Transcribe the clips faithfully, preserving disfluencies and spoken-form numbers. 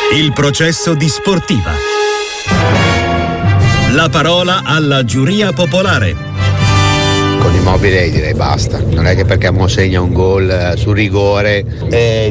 Il processo di Sportiva. La parola alla giuria popolare. Con Immobile direi basta, non è che perché mo segna un gol sul rigore è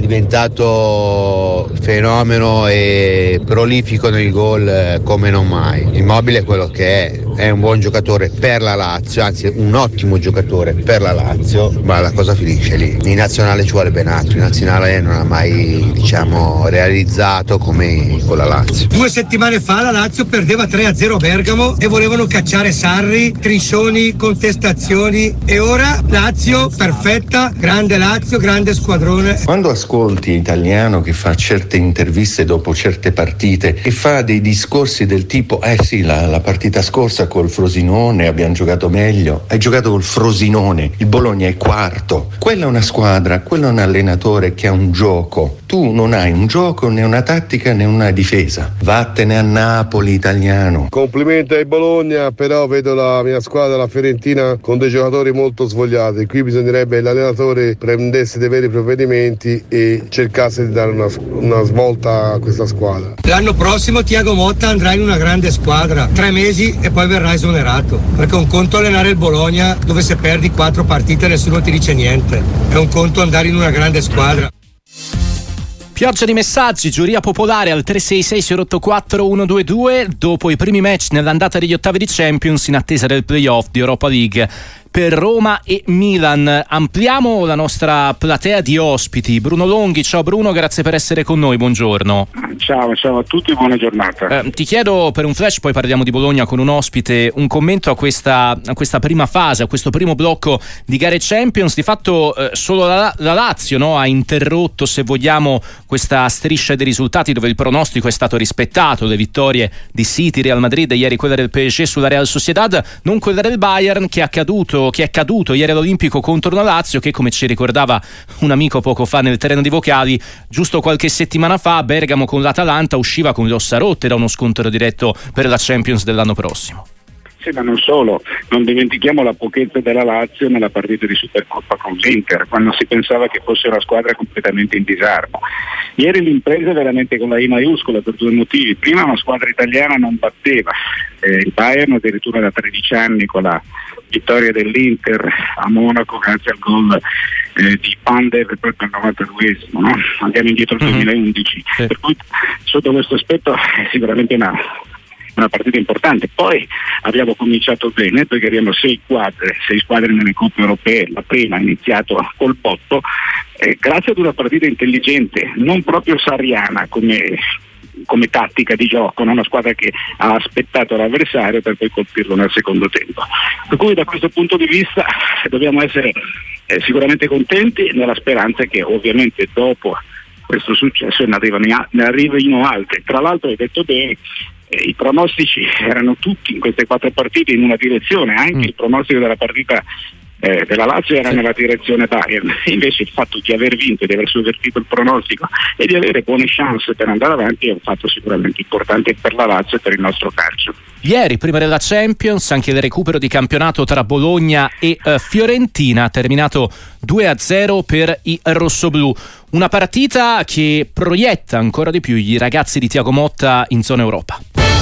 diventato fenomeno e prolifico nei gol come non mai. Immobile è quello che è, è un buon giocatore per la Lazio, anzi un ottimo giocatore per la Lazio, ma la cosa finisce lì. In nazionale ci vuole ben altro, in nazionale non ha mai, diciamo, realizzato come con la Lazio. Due settimane fa la Lazio perdeva tre a zero a Bergamo e volevano cacciare Sarri, Triscioni, contestazioni, e ora Lazio perfetta, grande Lazio, grande squadrone. Quando ascolti Italiano che fa certe interviste dopo certe partite e fa dei discorsi del tipo eh sì, la, la partita scorsa col Frosinone abbiamo giocato meglio, hai giocato col Frosinone, il Bologna è quarto, quella è una squadra, quello è un allenatore che ha un gioco, tu non hai un gioco né una tattica né una difesa, vattene a Napoli Italiano. Complimenti ai Bologna, però vedo la mia squadra, la Fiorentina, con dei giocatori molto svogliati. Qui bisognerebbe che l'allenatore prendesse dei veri provvedimenti e cercasse di dare una, una svolta a questa squadra. L'anno prossimo Thiago Motta andrà in una grande squadra, tre mesi e poi verrà esonerato, perché è un conto allenare il Bologna dove se perdi quattro partite nessuno ti dice niente, è un conto andare in una grande squadra. Pioggia di messaggi, giuria popolare al tre sei sei sei otto quattro uno due due dopo i primi match nell'andata degli ottavi di Champions in attesa del playoff di Europa League per Roma e Milan. Ampliamo la nostra platea di ospiti. Bruno Longhi, ciao Bruno, grazie per essere con noi, buongiorno. Ciao, ciao a tutti, buona giornata. Eh, ti chiedo per un flash, poi parliamo di Bologna con un ospite, un commento a questa, a questa prima fase, a questo primo blocco di gare Champions. Di fatto eh, solo la, la Lazio, no, ha interrotto, se vogliamo, questa striscia dei risultati dove il pronostico è stato rispettato, le vittorie di City, Real Madrid e ieri quella del P S G sulla Real Sociedad, non quella del Bayern che è accaduto che è caduto ieri all'Olimpico contro una Lazio che, come ci ricordava un amico poco fa nel terreno di vocali, giusto qualche settimana fa a Bergamo con l'Atalanta usciva con le ossa rotte da uno scontro diretto per la Champions dell'anno prossimo. Sì, ma non solo, non dimentichiamo la pochezza della Lazio nella partita di Supercoppa con l'Inter, quando si pensava che fosse una squadra completamente in disarmo. Ieri l'impresa è veramente con la I maiuscola per due motivi. Prima una squadra italiana non batteva, eh, il Bayern addirittura da tredici anni con la vittoria dell'Inter a Monaco grazie al gol eh, di Pandev e poi per il novantaduesimo, no? Andiamo indietro al duemilaundici, sì. Per cui sotto questo aspetto è sicuramente una, una partita importante. Poi abbiamo cominciato bene perché abbiamo sei squadre, sei squadre nelle coppe europee, la prima ha iniziato col botto, eh, grazie ad una partita intelligente, non proprio sarriana come come tattica di gioco, no? Una squadra che ha aspettato l'avversario per poi colpirlo nel secondo tempo. Per cui da questo punto di vista dobbiamo essere eh, sicuramente contenti, nella speranza che ovviamente dopo questo successo ne arrivino, ne arrivino altre. Tra l'altro hai detto bene, eh, i pronostici erano tutti in queste quattro partite in una direzione, anche mm. il pronostico della partita Eh, della Lazio era sì. nella direzione Bayern, invece il fatto di aver vinto, di aver sovvertito il pronostico e di avere buone chance per andare avanti è un fatto sicuramente importante per la Lazio e per il nostro calcio. Ieri, prima della Champions, anche il recupero di campionato tra Bologna e eh, Fiorentina ha terminato due a zero per i rossoblù. Una partita che proietta ancora di più i ragazzi di Thiago Motta in zona Europa.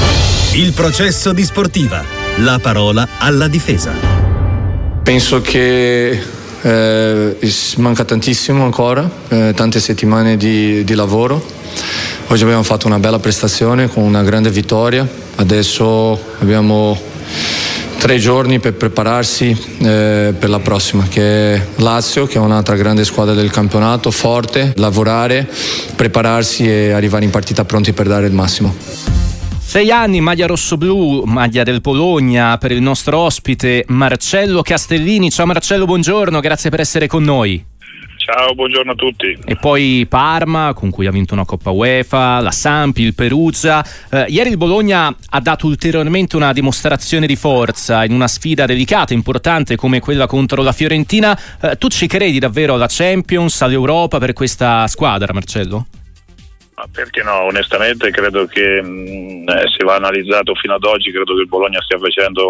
Il processo di Sportiva, la parola alla difesa. Penso che eh, manca tantissimo ancora, eh, tante settimane di, di lavoro. Oggi abbiamo fatto una bella prestazione con una grande vittoria, adesso abbiamo tre giorni per prepararsi eh, per la prossima, che è Lazio, che è un'altra grande squadra del campionato, forte, lavorare, prepararsi e arrivare in partita pronti per dare il massimo. Sei anni, maglia rossoblù, maglia del Bologna, per il nostro ospite Marcello Castellini. Ciao Marcello, buongiorno, grazie per essere con noi. Ciao, buongiorno a tutti. E poi Parma, con cui ha vinto una Coppa UEFA, la Sampi, il Perugia. Eh, ieri il Bologna ha dato ulteriormente una dimostrazione di forza in una sfida delicata, importante come quella contro la Fiorentina. Eh, tu ci credi davvero alla Champions, all'Europa per questa squadra, Marcello? Ma perché no? Onestamente credo che mh, se va analizzato fino ad oggi, credo che il Bologna stia facendo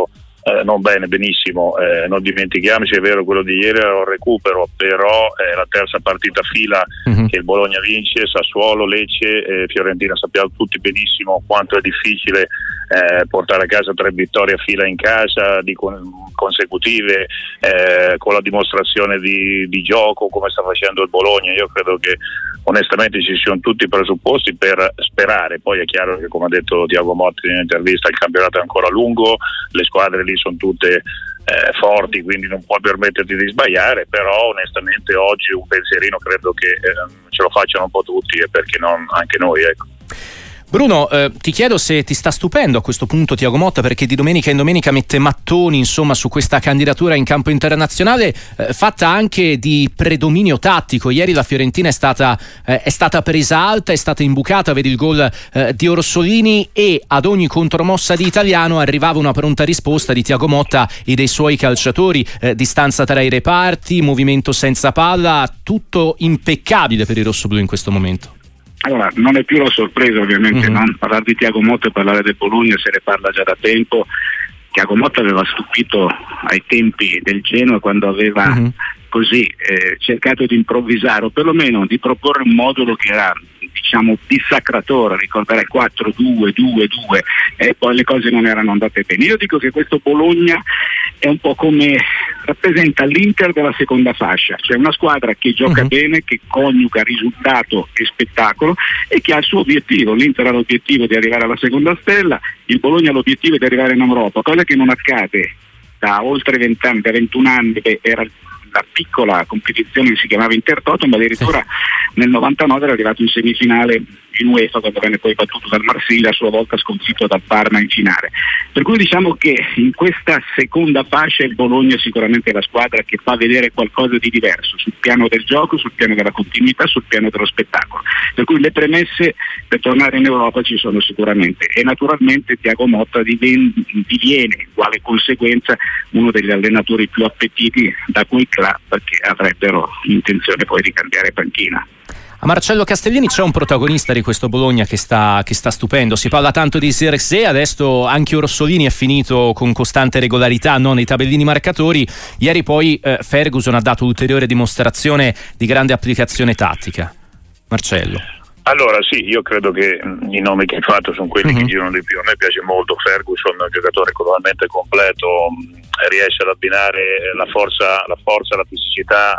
eh, non bene, benissimo, eh, non dimentichiamoci, è vero, quello di ieri era un recupero, però è la terza partita a fila uh-huh. che il Bologna vince, Sassuolo, Lecce, eh, Fiorentina, sappiamo tutti benissimo quanto è difficile eh, portare a casa tre vittorie a fila in casa di con- consecutive, eh, con la dimostrazione di, di gioco come sta facendo il Bologna. Io credo che onestamente ci siano tutti i presupposti per sperare. Poi è chiaro che, come ha detto Thiago Motta in un'intervista, il campionato è ancora lungo, le squadre lì sono tutte eh, forti, quindi non puoi permetterti di sbagliare, però onestamente oggi un pensierino credo che eh, ce lo facciano un po' tutti, e perché non anche noi, ecco. Bruno, eh, ti chiedo se ti sta stupendo a questo punto Thiago Motta, perché di domenica in domenica mette mattoni insomma su questa candidatura in campo internazionale, eh, fatta anche di predominio tattico. Ieri la Fiorentina è stata, eh, è stata presa alta, è stata imbucata, vedi il gol eh, di Orsolini, e ad ogni contromossa di Italiano arrivava una pronta risposta di Thiago Motta e dei suoi calciatori, eh, distanza tra i reparti, movimento senza palla, tutto impeccabile per i rossoblù in questo momento. Allora, non è più la sorpresa ovviamente, mm-hmm. no? Parlare di Thiago Motta e parlare del Bologna se ne parla già da tempo. Thiago Motta aveva stupito ai tempi del Genoa, quando aveva mm-hmm. così eh, cercato di improvvisare, o perlomeno di proporre un modulo che era, diciamo, dissacratore, ricordare quattro due due due, e poi le cose non erano andate bene. Io dico che questo Bologna è un po' come rappresenta l'Inter della seconda fascia, cioè una squadra che gioca uh-huh. bene, che coniuga risultato e spettacolo, e che ha il suo obiettivo. L'Inter ha l'obiettivo di arrivare alla seconda stella, il Bologna ha l'obiettivo di arrivare in Europa, cosa che non accade da oltre venti anni, da ventuno anni. Beh, era la piccola competizione che si chiamava Intertoto, ma addirittura sì. nel novantanove era arrivato in semifinale in UEFA, quando venne poi battuto dal Marsiglia, a sua volta sconfitto dal Parma in finale. Per cui diciamo che in questa seconda fascia il Bologna sicuramente è la squadra che fa vedere qualcosa di diverso sul piano del gioco, sul piano della continuità, sul piano dello spettacolo. Per cui le premesse per tornare in Europa ci sono sicuramente, e naturalmente Thiago Motta diviene, diviene quale conseguenza uno degli allenatori più appetiti da quei club che avrebbero intenzione poi di cambiare panchina. A Marcello Castellini c'è un protagonista di questo Bologna che sta, che sta stupendo. Si parla tanto di Zirkzee, adesso anche Orsolini è finito con costante regolarità, no, nei tabellini marcatori. Ieri poi eh, Ferguson ha dato ulteriore dimostrazione di grande applicazione tattica. Marcello. Allora sì, io credo che i nomi che hai fatto sono quelli uh-huh. che girano di più. A me piace molto Ferguson, un giocatore totalmente completo, riesce ad abbinare la forza, la forza, la fisicità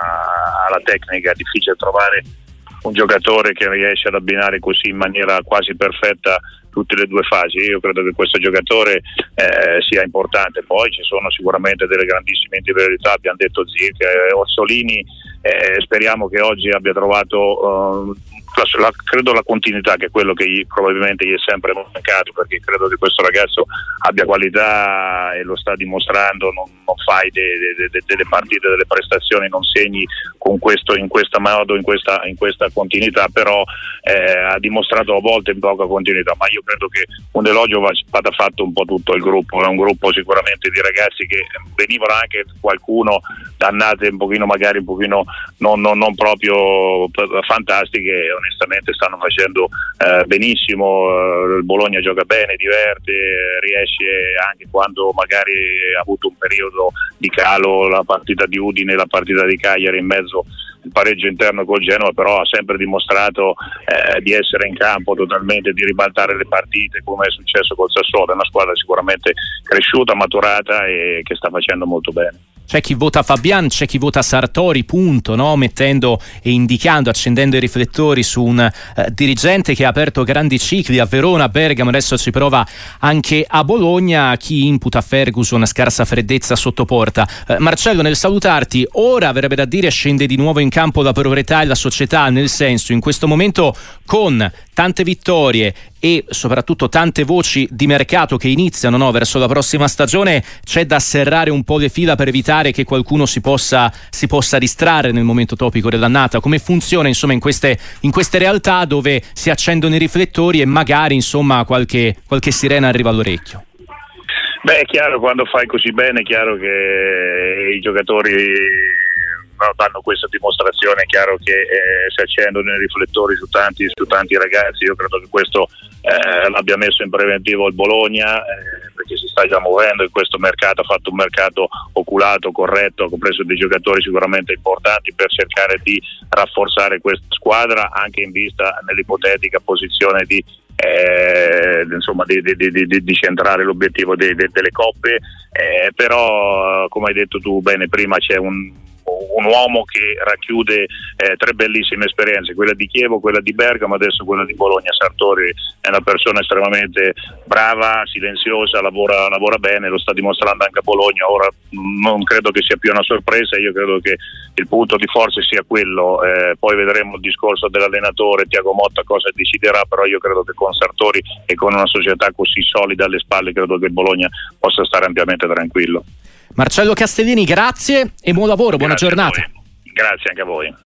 alla tecnica. È difficile trovare un giocatore che riesce ad abbinare così in maniera quasi perfetta tutte le due fasi. Io credo che questo giocatore eh, sia importante. Poi ci sono sicuramente delle grandissime individualità, abbiamo detto Zic, eh, Orsolini, eh, speriamo che oggi abbia trovato uh, la, la, credo la continuità, che è quello che gli, probabilmente gli è sempre mancato, perché credo che questo ragazzo abbia qualità e lo sta dimostrando. Non, non fai de, de, de, delle partite, delle prestazioni, non segni con questo, in questa modo, in questa, in questa continuità, però eh, ha dimostrato a volte in poca continuità. Ma io credo che un elogio vada fatto un po' tutto il gruppo. È un gruppo sicuramente di ragazzi che venivano anche qualcuno dannate un pochino, magari un pochino non, non, non proprio fantastiche, onestamente stanno facendo eh, benissimo. Il Bologna gioca bene, diverte, riesce anche quando magari ha avuto un periodo di calo, la partita di Udine, la partita di Cagliari in mezzo, il pareggio interno col Genoa, però ha sempre dimostrato eh, di essere in campo totalmente, di ribaltare le partite, come è successo col Sassuolo. È una squadra sicuramente cresciuta, maturata e che sta facendo molto bene. C'è chi vota Fabian, c'è chi vota Sartori, punto, no? Mettendo e indicando, accendendo i riflettori su un eh, dirigente che ha aperto grandi cicli a Verona, a Bergamo, adesso ci prova anche a Bologna. Chi imputa a Ferguson scarsa freddezza sotto porta. Eh, Marcello, nel salutarti, ora verrebbe da dire scende di nuovo in campo la proprietà e la società, nel senso, in questo momento con tante vittorie e soprattutto tante voci di mercato che iniziano, no, verso la prossima stagione, c'è da serrare un po' le fila per evitare che qualcuno si possa, si possa distrarre nel momento topico dell'annata. Come funziona insomma in queste, in queste realtà dove si accendono i riflettori e magari insomma qualche, qualche sirena arriva all'orecchio? Beh, è chiaro, quando fai così bene è chiaro che i giocatori danno questa dimostrazione. È chiaro che eh, si accendono i riflettori su tanti, su tanti ragazzi. Io credo che questo eh, l'abbia messo in preventivo il Bologna, eh, perché si sta sta già muovendo in questo mercato, ha fatto un mercato oculato, corretto, ha preso dei giocatori sicuramente importanti per cercare di rafforzare questa squadra anche in vista nell'ipotetica posizione di Eh, insomma di, di, di, di, di centrare l'obiettivo de, de, delle coppe, eh, però come hai detto tu bene prima c'è un un uomo che racchiude eh, tre bellissime esperienze, quella di Chievo, quella di Bergamo, adesso quella di Bologna. Sartori è una persona estremamente brava, silenziosa, lavora, lavora bene, lo sta dimostrando anche a Bologna. Ora non credo che sia più una sorpresa, io credo che il punto di forza sia quello, eh, poi vedremo il discorso dell'allenatore Tiago Motta cosa deciderà, però io credo che con Sartori e con una società così solida alle spalle credo che Bologna possa stare ampiamente tranquillo. Marcello Castellini, grazie e buon lavoro, buona Grazie giornata. Grazie anche a voi.